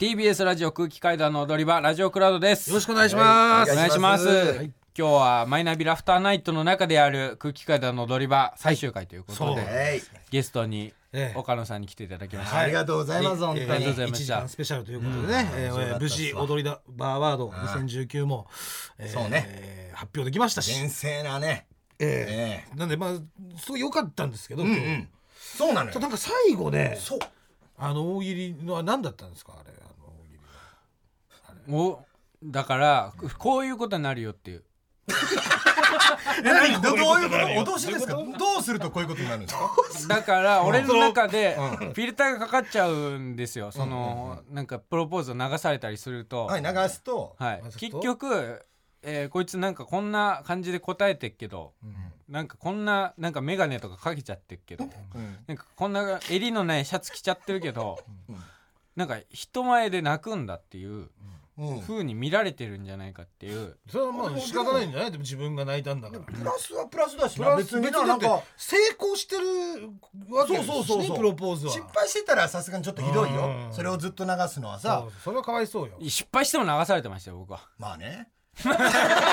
TBS ラジオ空気階段の踊り場、ラジオクラウドです。 よろしくお願いします。 お願いします。今日はマイナビラフターナイトの中である空気階段の踊り場最終回ということで、ゲストに岡野さんに来ていただきました。 ありがとうございます。本当に 1 時間スペシャルということでね、無事踊り場アワード2019もそうね発表できましたし、 厳正なね。 なんでまあすごい良かったんですけど、 そうなのよ。 なんか最後でそう大喜利のは何だったんですかあれ。 だからこういうことになるよっていう。 どういうこと？脅しですか？どうするとこういうことになるんですか？ だから俺の中でフィルターがかかっちゃうんですよ。そのなんかプロポーズを流されたりすると、 はい、流すと、 はい、結局、こいつなんかこんな感じで答えてっけど、なんかこんななんかメガネとかかけちゃってっけど、なんかこんな襟のないシャツ着ちゃってるけど、なんか人前で泣くんだっていう風に見られてるんじゃないかっていう。 それはまあ仕方ないんじゃない？でも自分が泣いたんだから。 プラスはプラスだし、 別になんか成功してるわけですしね、プロポーズは。 失敗してたらさすがにちょっとひどいよ。それをずっと流すのはさ、 それはかわいそうよ。 失敗しても流されてましたよ僕は。 まあね。 でしょ？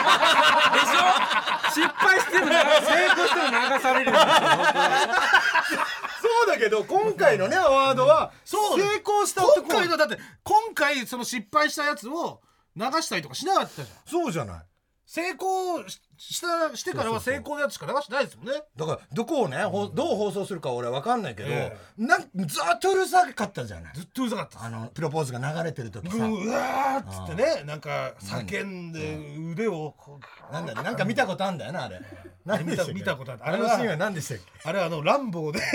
失敗しても成功しても流されるんですよ僕は。 そうだけど今回のねアワードは成功した男。 今回その失敗したやつを流したりとかしなかったじゃん。 そうじゃない。 成功してからは成功のやつしか流してないですもんね。 だからどこをねどう放送するか俺は分かんないけど、ずっとうるさかったじゃない。 ずっとうるさかった。 プロポーズが流れてる時さ、 うわーっつってね、なんか叫んで腕をなんか見たことあんだよなあれ。 見たことある。 あのシーンは何でしたっけ？ あれはランボーで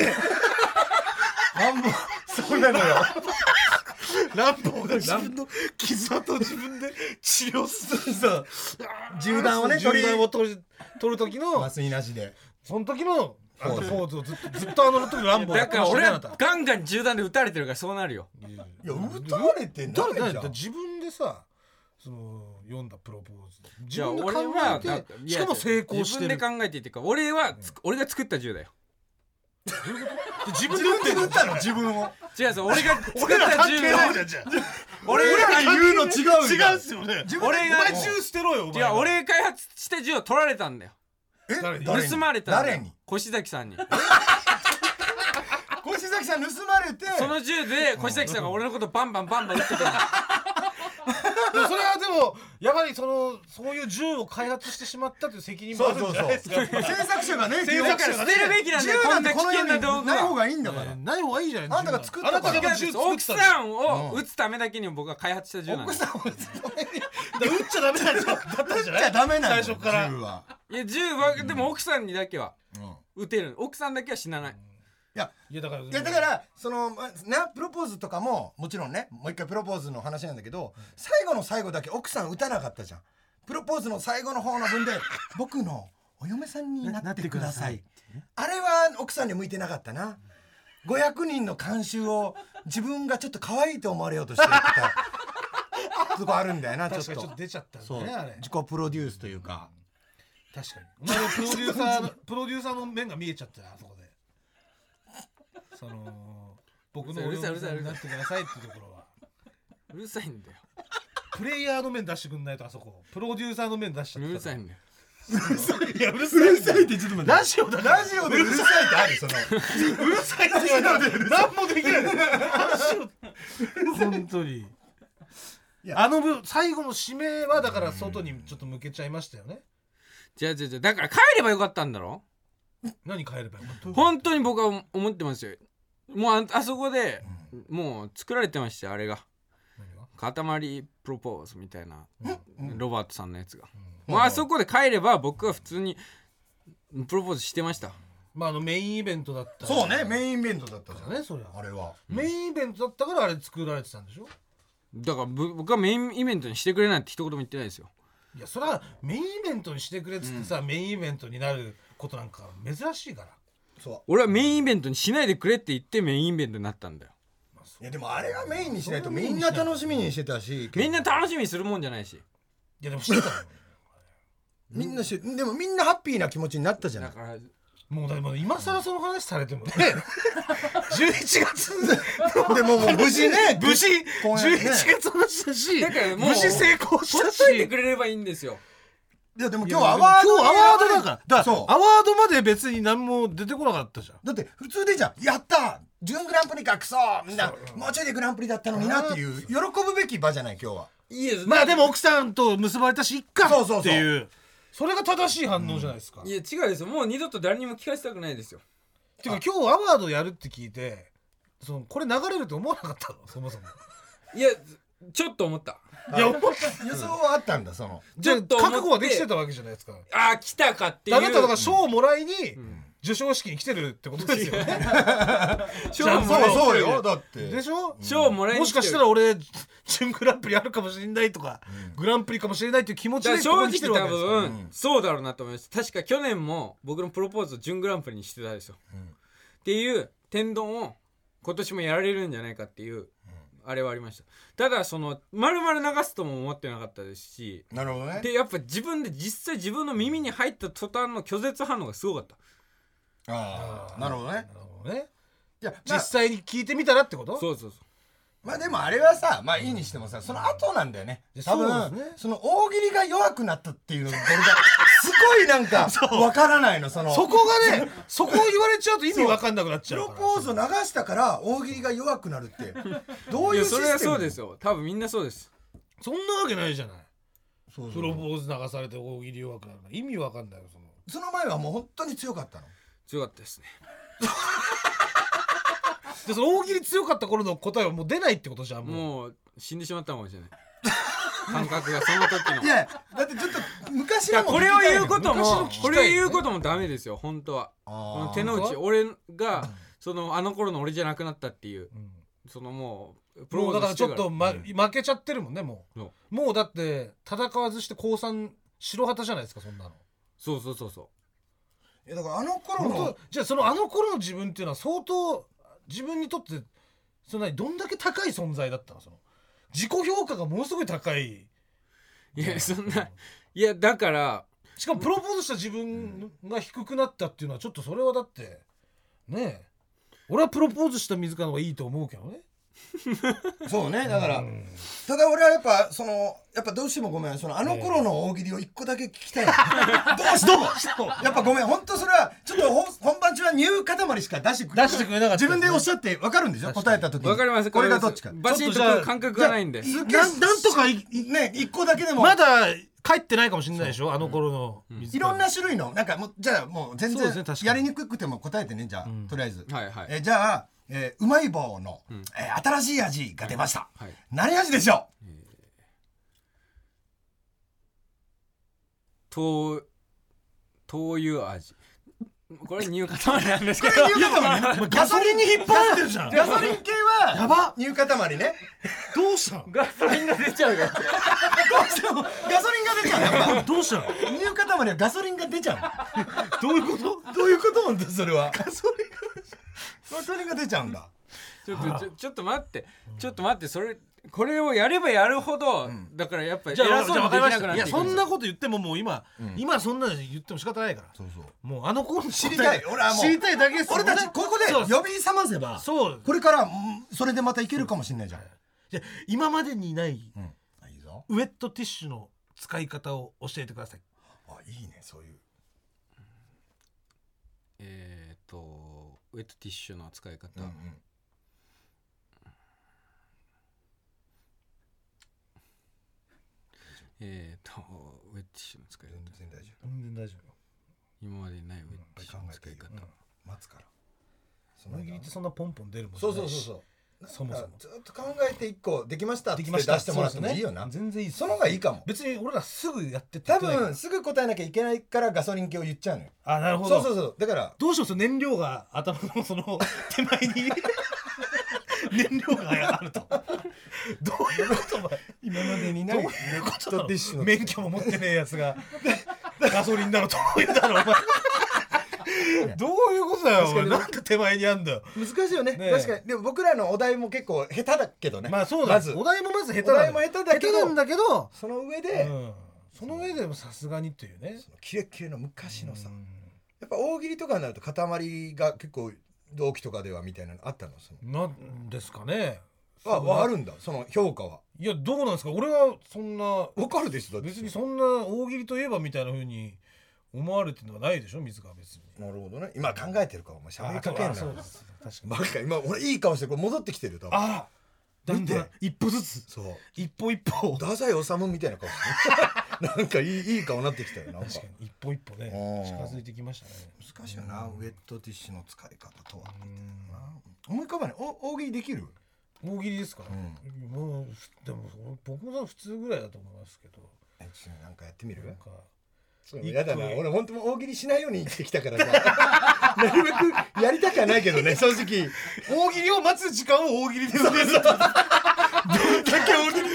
そうなのよ。 ランボーが自分の傷跡を自分で治療するさ、 銃弾を取る時の麻酔なしで、 その時のポーズをずっと時のランボーだから俺はガンガン銃弾で撃たれてるからそうなるよ。 いや撃たれてないじゃん。 自分でさ読んだプロポーズじゃあ俺はしかも成功してる。 自分で考えていてか俺が作った銃だよ。 自分で撃ったの？自分を違う、俺が作った銃俺が言うの違うっすよね。 俺がお前銃捨てろよ。 違う、俺が開発した銃を取られたんだよ。盗まれたんだよ。 誰に？ 越崎さんに。 越崎さん盗まれて、 その銃で越崎さんが俺のことバンバン撃ってた。 それはでもやはりそういう銃を開発してしまったという責任もあるんじゃないですか。 制作者がね、 捨てるべきなんだよ。こんな危険な道具ない方がいいんだから。 ない方がいいじゃない。 あんたが作ったから。 あなたが銃作った。 奥さんを撃つためだけに僕が開発した銃なんだ。 奥さんを撃つために。 撃っちゃダメなんだったじゃない。 撃っちゃダメなんだ。 最初から。 いや銃はでも奥さんにだけは撃てる。奥さんだけは死なない。 いやだからプロポーズとかももちろんね、もう一回プロポーズの話なんだけど、最後の最後だけ奥さん撃たなかったじゃん。プロポーズの最後の方の分で僕のお嫁さんになってください。あれは奥さんに向いてなかったな。500人の観衆を自分がちょっと可愛いと思われようとしてたとこあるんだよな。ちょっと出ちゃったんだねあれ。 自己プロデュースというか。 確かにお前のプロデューサーの面が見えちゃったよあそこで。僕のお嫁さんになってくださいっていうところはうるさいんだよ。 プレイヤーの面出してくんないと。あそこプロデューサーの面出しちゃった。 うるさいんだよ。 いやうるさいってちょっと待って。 ラジオでうるさいってある。 うるさいって言われたら何もできない。本当に。最後の締めはだから外にちょっと向けちゃいましたよね。 じゃあだから帰ればよかったんだろ。 何帰ればよかった。 本当に僕は思ってますよ。もうあそこでもう作られてましたよあれが。塊プロポーズみたいなロバートさんのやつが。もうあそこで帰れば僕は普通にプロポーズしてました。 まあメインイベントだった。 そうね、メインイベントだったじゃんね。 それはあれはメインイベントだったからあれ作られてたんでしょ。 だから僕はメインイベントにしてくれないって一言も言ってないですよ。 いやそれはメインイベントにしてくれっつってさ、メインイベントになることなんか珍しいから。 俺はメインイベントにしないでくれって言ってメインイベントになったんだよ。 いやでもあれがメインにしないとみんな楽しみにしてたし、 みんな楽しみにするもんじゃないし。 いやでもしてたよでもみんなハッピーな気持ちになったじゃない。 だからもうだから今更その話されてもね11月でももう無事ね無事11月の話だし、 だからもう無事成功したし、 ほっといてくれればいいんですよ。 いやでも今日アワードだからそうアワードまで別に何も出てこなかったじゃん。 だって普通でじゃんやった準グランプリかクソみんなもうちょいでグランプリだったのになっていう喜ぶべき場じゃない今日は。 いいです。 まあでも奥さんと結ばれたしいっかそうそうそうっていうそれが正しい反応じゃないですか。 いや違うですよ。もう二度と誰にも聞かせたくないですよ。 てか今日アワードやるって聞いてこれ流れると思わなかったのそもそも。 いやちょっと思った。 いや予想はあったんだその。 じゃあちょっと思って覚悟はできてたわけじゃないですか。 ああ来たかっていう。 あなただから賞をもらいに授賞式に来てるってことですよね。 賞をもらいにそうよだってでしょ。 賞をもらいにもしかしたら俺準グランプリあるかもしれないとか、グランプリかもしれないっていう気持ちで正ここに来てるわ直多けですから。 分そうだろうなと思います。確か去年も僕のプロポーズを準グランプリにしてたんですよ、っていう天丼を今年もやられるんじゃないかっていうあれはありました。ただ丸々流すとも思ってなかったですし、 なるほどね。 でやっぱ自分で実際自分の耳に入った途端の拒絶反応がすごかった。 ああなるほどね。 なるほどね。 いや実際に聞いてみたらってこと？ そうまあでもあれはさまあいいにしてもさその後なんだよね。多分そうですねその大喜利が弱くなったっていうのがすごいなんかわからないのそこがねそこを言われちゃうと意味わかんなくなっちゃうから。 プロポーズを流したから大喜利が弱くなるってどういいうシステム？ やそれはそうですよ。多分みんなそうです。 そんなわけないじゃない。 そうプロポーズ流されて大喜利弱くなる意味わかんないよその前はもう本当に強かったの。 強かったですね。 でその大喜利強かった頃の答えはもう出ないってことじゃん。 もう死んでしまったかもしれない感覚がその時の。 いやだってちょっと昔のもこれを言うことも昔の聞きたいよねこれを言うこともダメですよ本当は。こあの手の内俺があの頃の俺じゃなくなったっていうもうプロもうだからちょっと、 負負けちゃってるもんねもうだって戦わずして降参白旗じゃないですかそんなの。 そういやだからあの頃のじゃああの頃の自分っていうのは相当自分にとってどんだけ高い存在だったの自己評価がものすごい高い。 いやそんないやだからしかもプロポーズした自分が低くなったっていうのはちょっとそれはだってねえ俺はプロポーズした水川の方がいいと思うけどね。 そうねだからただ俺はやっぱどうしてもごめんあの頃の大喜利を一個だけ聞きたいのどうしてもやっぱごめん本当それはちょっと本番中はニュー塊しか出してくれなかった。自分でおっしゃって分かるんでしょ答えた時に分かります。 これがどっちかバシッとくる感覚がないんでなんとかね一個だけでもまだ帰ってないかもしれないでしょあの頃のいろんな種類のなんかもうじゃあもう全然そうですね確かにやりにくくても答えてねじゃあとりあえずはいじゃあうまい棒の新しい味が出ましたはい何味でしょ豆油味。これニュー塊なんですけどこれニュー塊ねガソリンに引っ張られてるじゃん。 ガソリン系はやばニュー塊ねどうしたのガソリンが出ちゃうよ。 どうしてもガソリンが出ちゃうやっぱどうしたのニュー塊はガソリンが出ちゃどういうことうどういうことなんだそれはガソリンが出ちゃうんだちょっと待ってこれをやればやるほどだからやっぱり偉そうにできなくなっていくんですよ。 いやそんなこと言ってももう今そんなの言っても仕方ないからそうそうもうあの頃の知りたい俺はもう知りたいだけですよ俺たちここで呼び覚ませばそうこれからそれでまたいけるかもしれないじゃんじゃあ今までにないいいぞウェットティッシュの使い方を教えてください。 いいねそういうウェットティッシュの使い方、ウェットティッシュの使い方全然大丈全然大丈夫よ。 今までにないウェットティッシュの使い方、 待つから大喜利ってそんなポンポン出るもんそうそもそもずっと考えて一個できましたって出できましたしてもらってもいいよな全然いいその方がいいかも別に俺らすぐやってって多言ってないから分すぐ答えなきゃいけないからガソリン系を言っちゃうのよあなるほどそうだからどうしよう燃料が頭のその手前に燃料があるとどういうこと今までにないどういうことウェットティッシュの免許も持ってねえやつがガソリンなのどういうだろうお前どういうことだよお前なんで手前にあんだよ難しいよね確かにでも僕らのお題も結構下手だけどねまあそうだまずお題もまず下手お題も下手だけどなんだけどその上でその上でもさすがにっていうねキレッキレの昔のさややっぱ大喜利とかになると塊が結構同期とかではみたいなのあったの？ なんですかね。 あるんだ、その評価は。 いやどうなんですか。俺はそんなわかるでしょ、だって別にそんな大喜利といえばみたいな風に思われてるのはないでしょ、水川。別に。 なるほどね。今考えてるかお前喋りかけんな。 そうです。確かに。 バカ、今俺いい顔してこれ戻ってきてるよ多分。 あだんだん一歩ずつ、 そう一歩一歩、 太宰治みたいな顔してるなんかいい顔になってきたよ。なんか確かに一歩一歩ね近づいてきましたね。 難しいよな、ウェットティッシュの使い方とは。思い浮かばない。大喜利できる？ 大喜利ですか？もうでも僕も普通ぐらいだと思いますけど。 なんかやってみる？ なんかやだな、俺本当大喜利しないように生きてきたからさなるべくやりたくはないけどね、正直。 大喜利を待つ時間を大喜利で埋める。どんだけ大喜利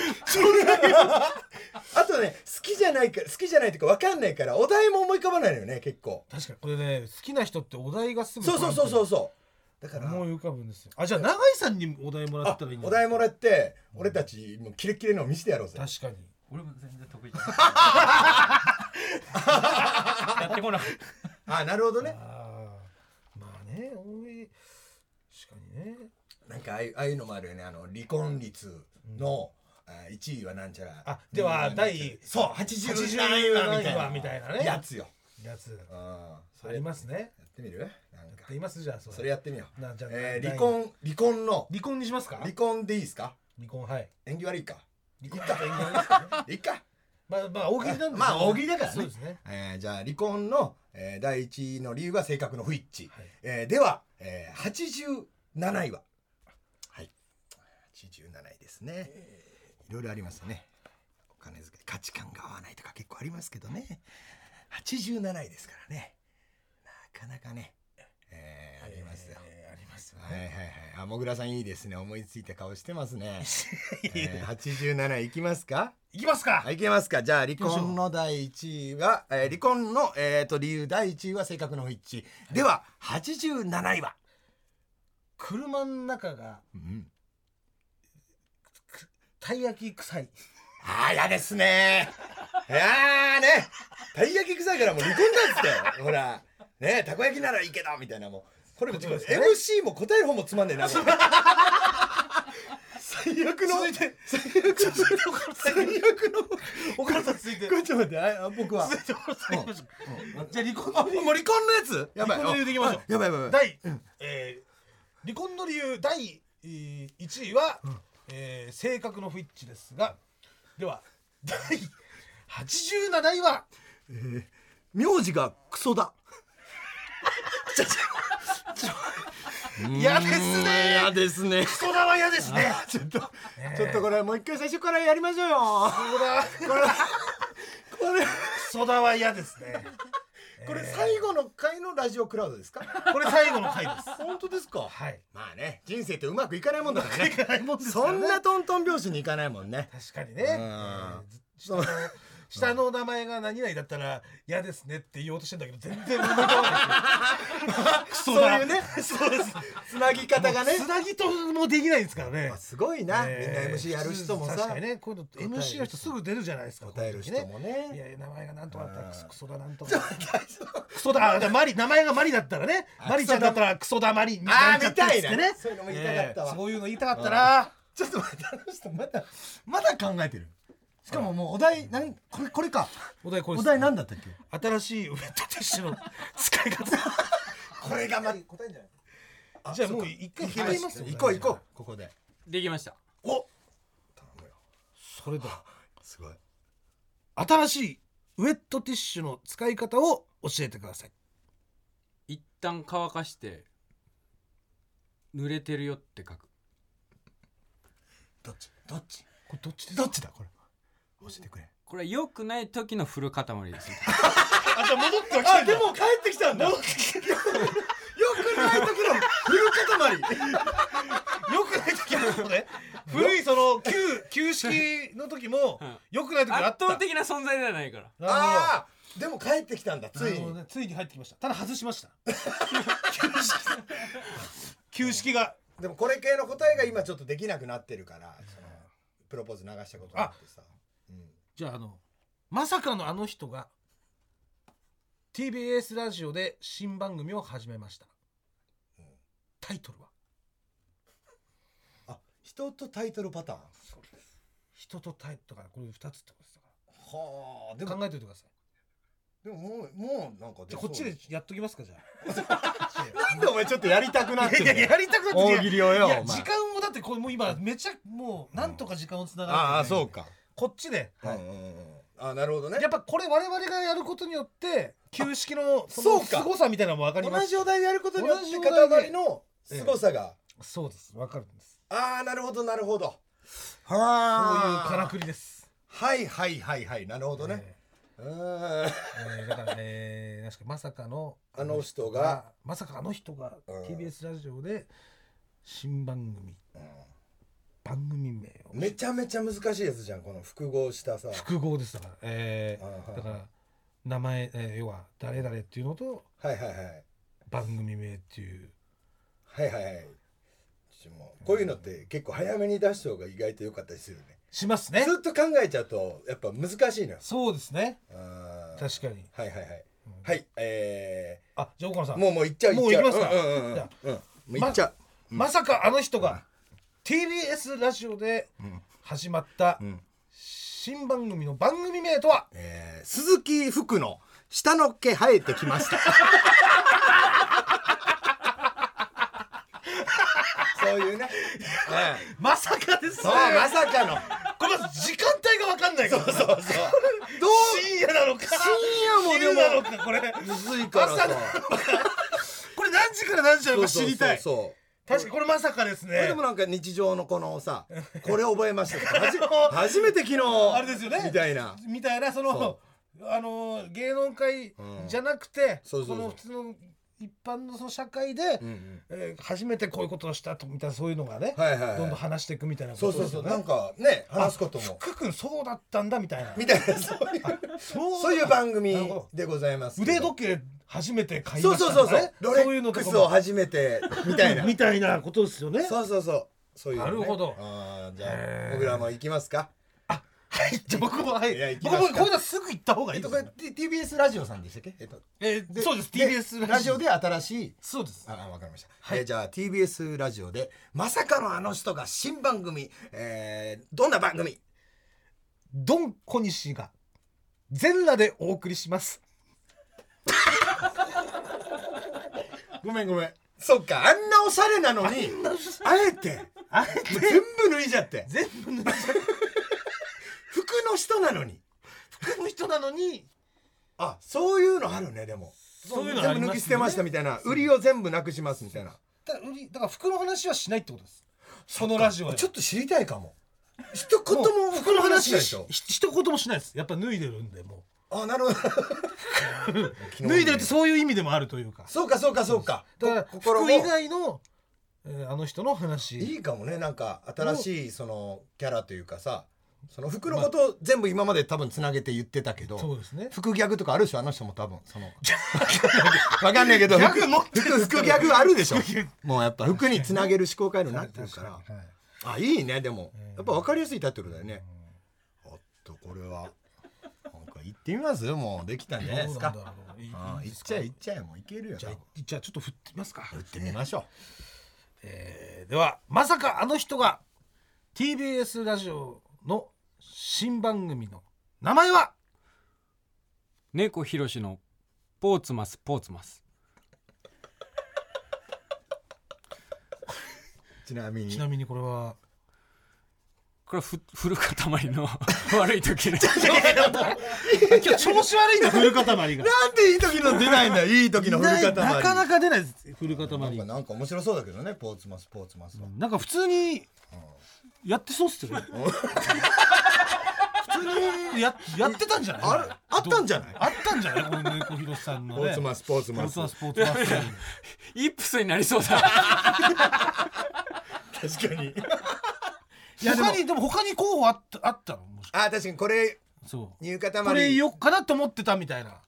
あとね、好きじゃないというか分かんないからお題も思い浮かばないのよね、結構。 確かにこれね、好きな人ってお題がすぐそうだから思い浮かぶんですよ。じゃあ永井さんにお題もらったらいいんじゃない？ お題もらって俺たちもうキレッキレのを見せてやろうぜ。 確かに。 俺も全然得意じゃないやってこない。 なるほどね。 まあね、大喜利確かにね。 なんかああいうのもあるよね。離婚率の1位はなんちゃら。 ではそう80何位はみたいなね。 やつよ。 ありますね。 やってみる？なんかやってみます？じゃあそれやってみよう。離婚にしますか？離婚でいいですか？ 離婚、はい。 縁起悪いか。 離婚と縁起悪いですかね。 いいか。 まあ大喜利なんで。 まあ大喜利だからね。 そうですね。 じゃあ離婚の第一位の理由は性格の不一致。では87位は。はい。87位ですね。いろいろありますね。お金遣い、価値観が合わないとか結構ありますけどね。87位ですからね。なかなかね。ありますよ。 ありますよね。はい。もぐらさんいいですね。思いついた顔してますね。87位いきますか？ いきますか？ いけますか。じゃあ離婚の第1位は離婚の理由第1位は性格の不一致。では87位は車の中がたい焼き臭い。 嫌ですね。たい焼き臭いからもう離婚だっつってほらね、たこ焼きならいいけどみたいな。もうこれも MC も答える方もつまんねえな。最悪の岡田さん続いて。 ちょっと待って、僕はじゃあ離婚もう離婚のやつやばい。 離婚の理由でいきましょう。 やばい離婚の理由第1位は性格の不一致ですが、では第87位は名字がクソだ。 嫌ですね。 嫌ですね。 クソだは嫌ですね。 ちょっとこれもう一回最初からやりましょうよ。これクソだは嫌ですね。 これ最後の回のラジオクラウドですか？ これ最後の回です。 本当ですか？ はい。 まあね、人生ってうまくいかないもんだからね。 いかないもんですそんなトントン拍子にいかないもんね。 確かにね。下の名前が何々だったら嫌ですねって言おうとしてんだけど全然思い浮かばない。クソだ。そういうね。そうです。つなぎ方がね。つなぎともできないですからね。 すごいな。みんな MC やる人もさ。 確かにね。こういうの MC の人すぐ出るじゃないですか。 答える人もね。 いや名前がなんとかだったらクソだなんとか。クソだ。名前がマリだったらね。マリちゃんだったらクソだマリみたいな。 みたいなね。そういうのも言いたかったわ。 そういうの言いたかったな。 ちょっと待って、人まだ考えてる。しかももうお題これか。 お題これ。 お題何だったっけ？ 新しいウェットティッシュの使い方。 これが答えんじゃない？ じゃあもう一回決めますよ。行こうここで。 できました。 お。頼むよ。 それだ。 すごい。 新しいウェットティッシュの使い方を教えてください。 一旦乾かして濡れてるよって書く。 どっち？ これどっちですか？どっちだこれ？教えてくれ。 これ良くない時のフル塊です。 じゃあ戻ってきた。 でも帰ってきたんだ。よくない時のフル塊。 よくない時はね。古いその旧式の時もよくない時あった。 圧倒的な存在ではないから。 でも帰ってきたんだ。ついに入ってきました。ただ外しました。旧式が。 でもこれ系の答えが今ちょっとできなくなってるから、プロポーズ流したことになってさ。 じゃあまさかのあの人が TBS ラジオで新番組を始めました。タイトルは人とタイトルパターン。 そうです。人とタイトルからこれ2つってことですから。 はあ。 でも考えておいてください。 でももうなんかじゃあこっちでやっときますか。じゃあなんでお前ちょっとやりたくなってるの。 やりたくなって大喜利をよ。 いや時間をだってこれもう今めちゃもうなんとか時間をつながって、 ああそうか。 こっちで、 あなるほどね。 やっぱこれ我々がやることによって旧式のその凄さみたいなのも分かります。 同じお題でやることによって塊の凄さが、 そうです分かるんです。 ああなるほどなるほど。はあそういうからくりです。 はいなるほどね。 だから確かまさかあの人が TBS ラジオで新番組、番組名をめちゃめちゃ難しいやつじゃん。この複合したさ。 複合ですだから、だから名前、要は誰々っていうのと、番組名っていうこういうのって結構早めに出した方が意外と良かったりするよね。 しますね。 ずっと考えちゃうとやっぱ難しいのよ。 そうですね。確かに。じゃあ岡野さんもういっちゃう。 もういきますか。 いっちゃう。 まさかあの人が TBS ラジオで始まった新番組の番組名とは、 鈴木福の下の毛生えてきました。そういうね。 まさかですね。 そうまさかの。 これまず時間帯が分かんないから。 そう。 どう深夜なのか。 深夜もでもなのかこれ。 むずいからさ。 これ何時から何時なのか知りたい。 そう。 確かにこれまさかですね。 これでもなんか日常のこのさ、これ覚えました。初めて昨日あれですよね。みたいなその芸能界じゃなくて、その普通の一般のその社会で初めてこういうことをしたとみたいなそういうのがね、どんどん話していくみたいなことですよね。 なんかね話すことも福君そうだったんだみたいなそういう番組でございます。 腕時計初めて買いましたとかね。ロレックスを初めてみたいなみたいなことですよね。 そういう。 なるほど。 じゃあ僕らも行きますか。 じゃあ僕もこういうのすぐ行った方がいいです。 TBS ラジオさんでしたっけ？ そうです。TBS ラジオで新しい。 そうです。 わかりました。じゃあ TBS ラジオでまさかのあの人が新番組、どんな番組？ ドン小西が全裸でお送りします。 ごめん。そっか、あんなおしゃれなのにあえて全部脱いじゃって。服の人なのにそういうのあるね。でもそういうの全部抜き捨てましたみたいな、売りを全部なくしますみたいな。 だから服の話はしないってことです。そのラジオでちょっと知りたいかも。一言も服の話でしょ。一言もしないです。やっぱ脱いでるんで。もうなるほど。 脱いでるってそういう意味でもあるというか。 そうか。 だから服以外のあの人の話いいかもね。なんか新しいそのキャラというかさ、その服のことを全部今まで多分つなげて言ってたけど、 そうですね。 服ギャグとかあるでしょ。あの人も多分そのわかんないけど服ギャグあるでしょ。もうやっぱ服につなげる思考回路になってるからいいね。でもやっぱ分かりやすいタイトルだよね。これは行ってみます。もうできたんじゃないですか。行っちゃえもういけるよ。 じゃあちょっと振ってみますか。 振ってみましょう。ではまさかあの人が TBS ラジオの新番組の名前は猫ひろしのポーツマス。 ちなみにこれは古塊の悪い時の今日調子悪いんだ。古塊がなんでいい時の出ないんだ。いい時の古塊なかなか出ないです。古塊なんか面白そうだけどね。ポーツマスなんか普通にやってそうっすよね。普通にやってたんじゃない？ あったんじゃない？ あったんじゃない？この猫ひろしさんのね。 ポーツマスイップスになりそうだ。 確かに。 でも他に候補あったの？ 確かにこれ入塊これよっかなと思ってたみたいな。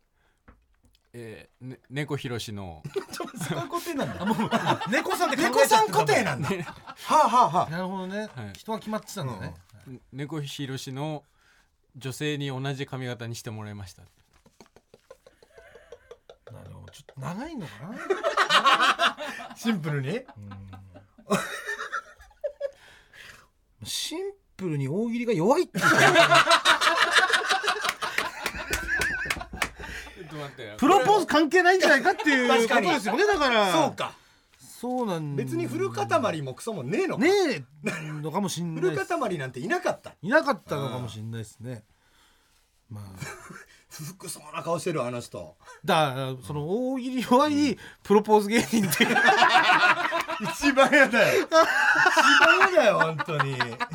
猫ひろしのそういう固定なんだ。 猫さんって考え猫さん固定なんだ。 なるほどね。人は決まってたんだね。 猫ひろしの女性に同じ髪型にしてもらいました。 ちょっと長いのかなシンプルに、 シンプルに大喜利が弱いっていうプロポーズ関係ないんじゃないかっていうことですよね。だからそうか、 そうなん別に古塊もクソもねえのか、 ねえのかもしんないです。 古塊なんていなかった、 いなかったのかもしれないですね。まあ不服そうな顔してるあの人だから、その大喜利弱いプロポーズ芸人って一番嫌だよ一番嫌だよ本当に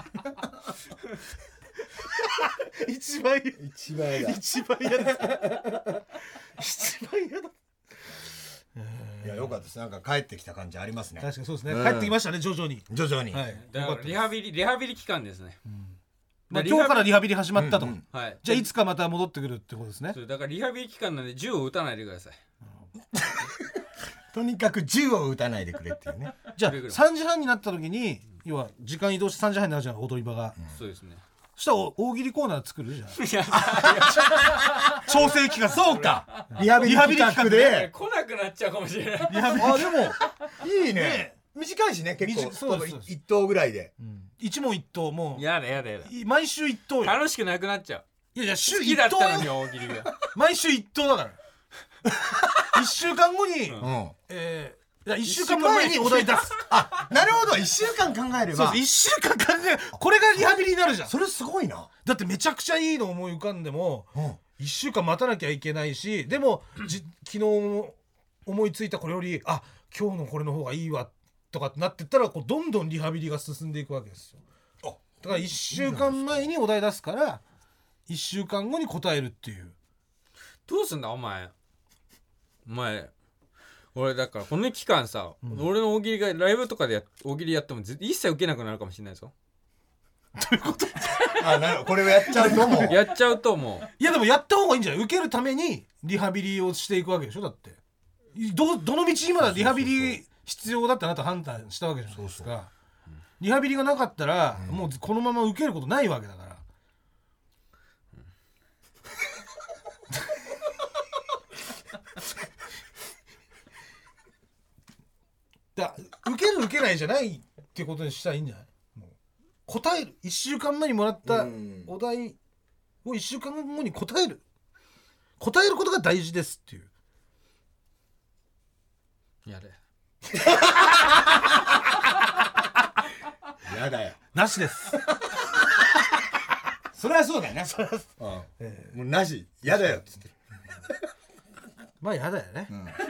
一番嫌だ一番嫌だ一番嫌だ一番嫌だ。 いや良かったです。なんか帰ってきた感じありますね。 確かにそうですね、帰ってきましたね、徐々に、 徐々に、 はい、 だからリハビリ期間ですね、 まあ、今日からリハビリ始まったと、 はい、 じゃあいつかまた戻ってくるってことですね。 だからリハビリ期間なんで銃を撃たないでくださいとにかく銃を撃たないでくれっていうね。 じゃあ3時半になった時に、要は時間移動して3時半になるじゃん、踊り場が、 そうですね。 そしたら大喜利コーナー作るじゃん調整期間。 そうか、リハビリ企画で来なくなっちゃうかもしれない。 あ、でもいいね、短いしね、結構1投ぐらいで、 一問一答、もうやだ毎週一答よ。 楽しくなくなっちゃう。 いや週好きだったのに大喜利が毎週一答だから1週間後に、いや1週間前にお題出す。 あ、なるほど、1週間考えれば。 そう1週間考え、これがリハビリになるじゃん。 それすごいな。 だってめちゃくちゃいいの思い浮かんでも、1週間待たなきゃいけないし、でも昨日思いついたこれより今日のこれの方がいいわとかってなってったら、こうどんどんリハビリが進んでいくわけですよ。だから1週間前にお題出すから1週間後に答えるっていう。 どうすんだお前俺だからこの期間さ、俺の大喜利がライブとかで大喜利やっても一切受けなくなるかもしれないぞ。 どういうこと？ これをやっちゃうともうやっちゃうともういやでもやった方がいいんじゃない？受けるためにリハビリをしていくわけでしょ。だってどの道今リハビリ必要だってあなた判断したわけじゃないですか。リハビリがなかったら、もうこのまま受けることないわけだから。受ける受けないじゃないってことにしたらいいんじゃない？もう答える、1週間前にもらったお題を1週間後に答えることが大事ですっていう。 やれやだよ。 なしですそれはそうだよね。もうなし、やだよっつってまあやだよね、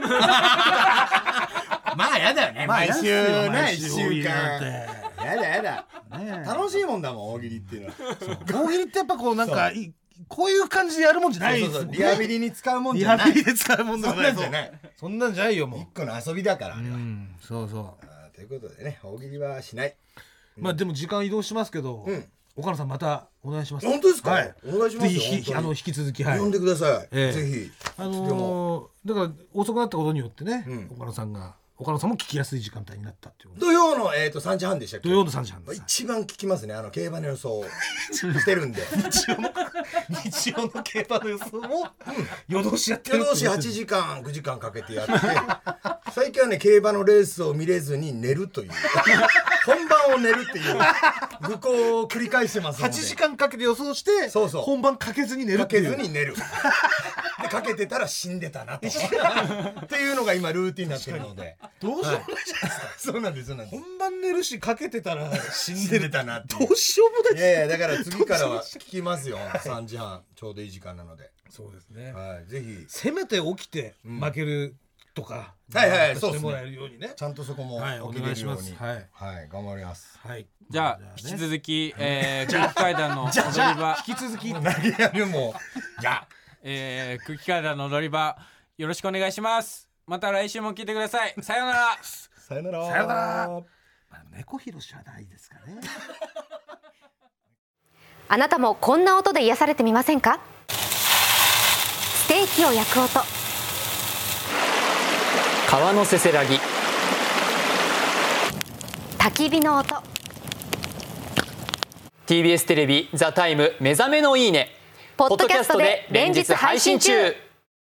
まあやだよね、毎週ね、1週間やだ、楽しいもんだもん大喜利っていうのは。 大喜利ってやっぱこうなんかこういう感じでやるもんじゃないですね。 リハビリに使うもんじゃない。 リハビリで使うもんじゃない。そんなんじゃないよ、もう一個の遊びだからあれは。 そうそうということでね、大喜利はしない。 まあでも時間移動しますけど、岡野さんまたお願いします。 本当ですか？はい、お願いしますよ。 ぜひ引き続き呼んでください。ぜひ。 だから遅くなったことによってね、岡野さんも聞きやすい時間帯になったっていう。 土曜の3時半でしたっけ？ 土曜の3時半です。 一番聞きますね、競馬の予想してるんで。 日曜の競馬の予想も夜通しやってる。 夜通し8時間9時間かけてやって最近はね、競馬のレースを見れずに寝るという本番を寝るっていう愚行を繰り返してますので、 8時間かけて予想して本番かけずに寝るっていう。 かけずに寝るでかけてたら死んでたなとっていうのが今ルーティンになってるので、 どうしようもないじゃないですか。 そうなんです。 本番寝るしかけてたら死んでたなって。 どうしようもない。いやいや、だから次からは聞きますよ。3時半ちょうどいい時間なので。 そうですね。 はい、ぜひせめて起きて負けるとか、 そうしてもらえるようにね。 ちゃんとそこも起きれるように、 はい、頑張ります。 はい。 じゃあ引き続き空気階段の踊り場引き続き投げやるもじゃあ空気階段の踊り場よろしくお願いします。また来週も聞いてください。さようなら。 さようなら。 さようなら。猫ひろしはないですかね。 あなたもこんな音で癒されてみませんか？ステーキを焼く音、 川のせせらぎ、 焚き火の音、 TBS テレビザタイム目覚めのいいねポッドキャストで連日配信中。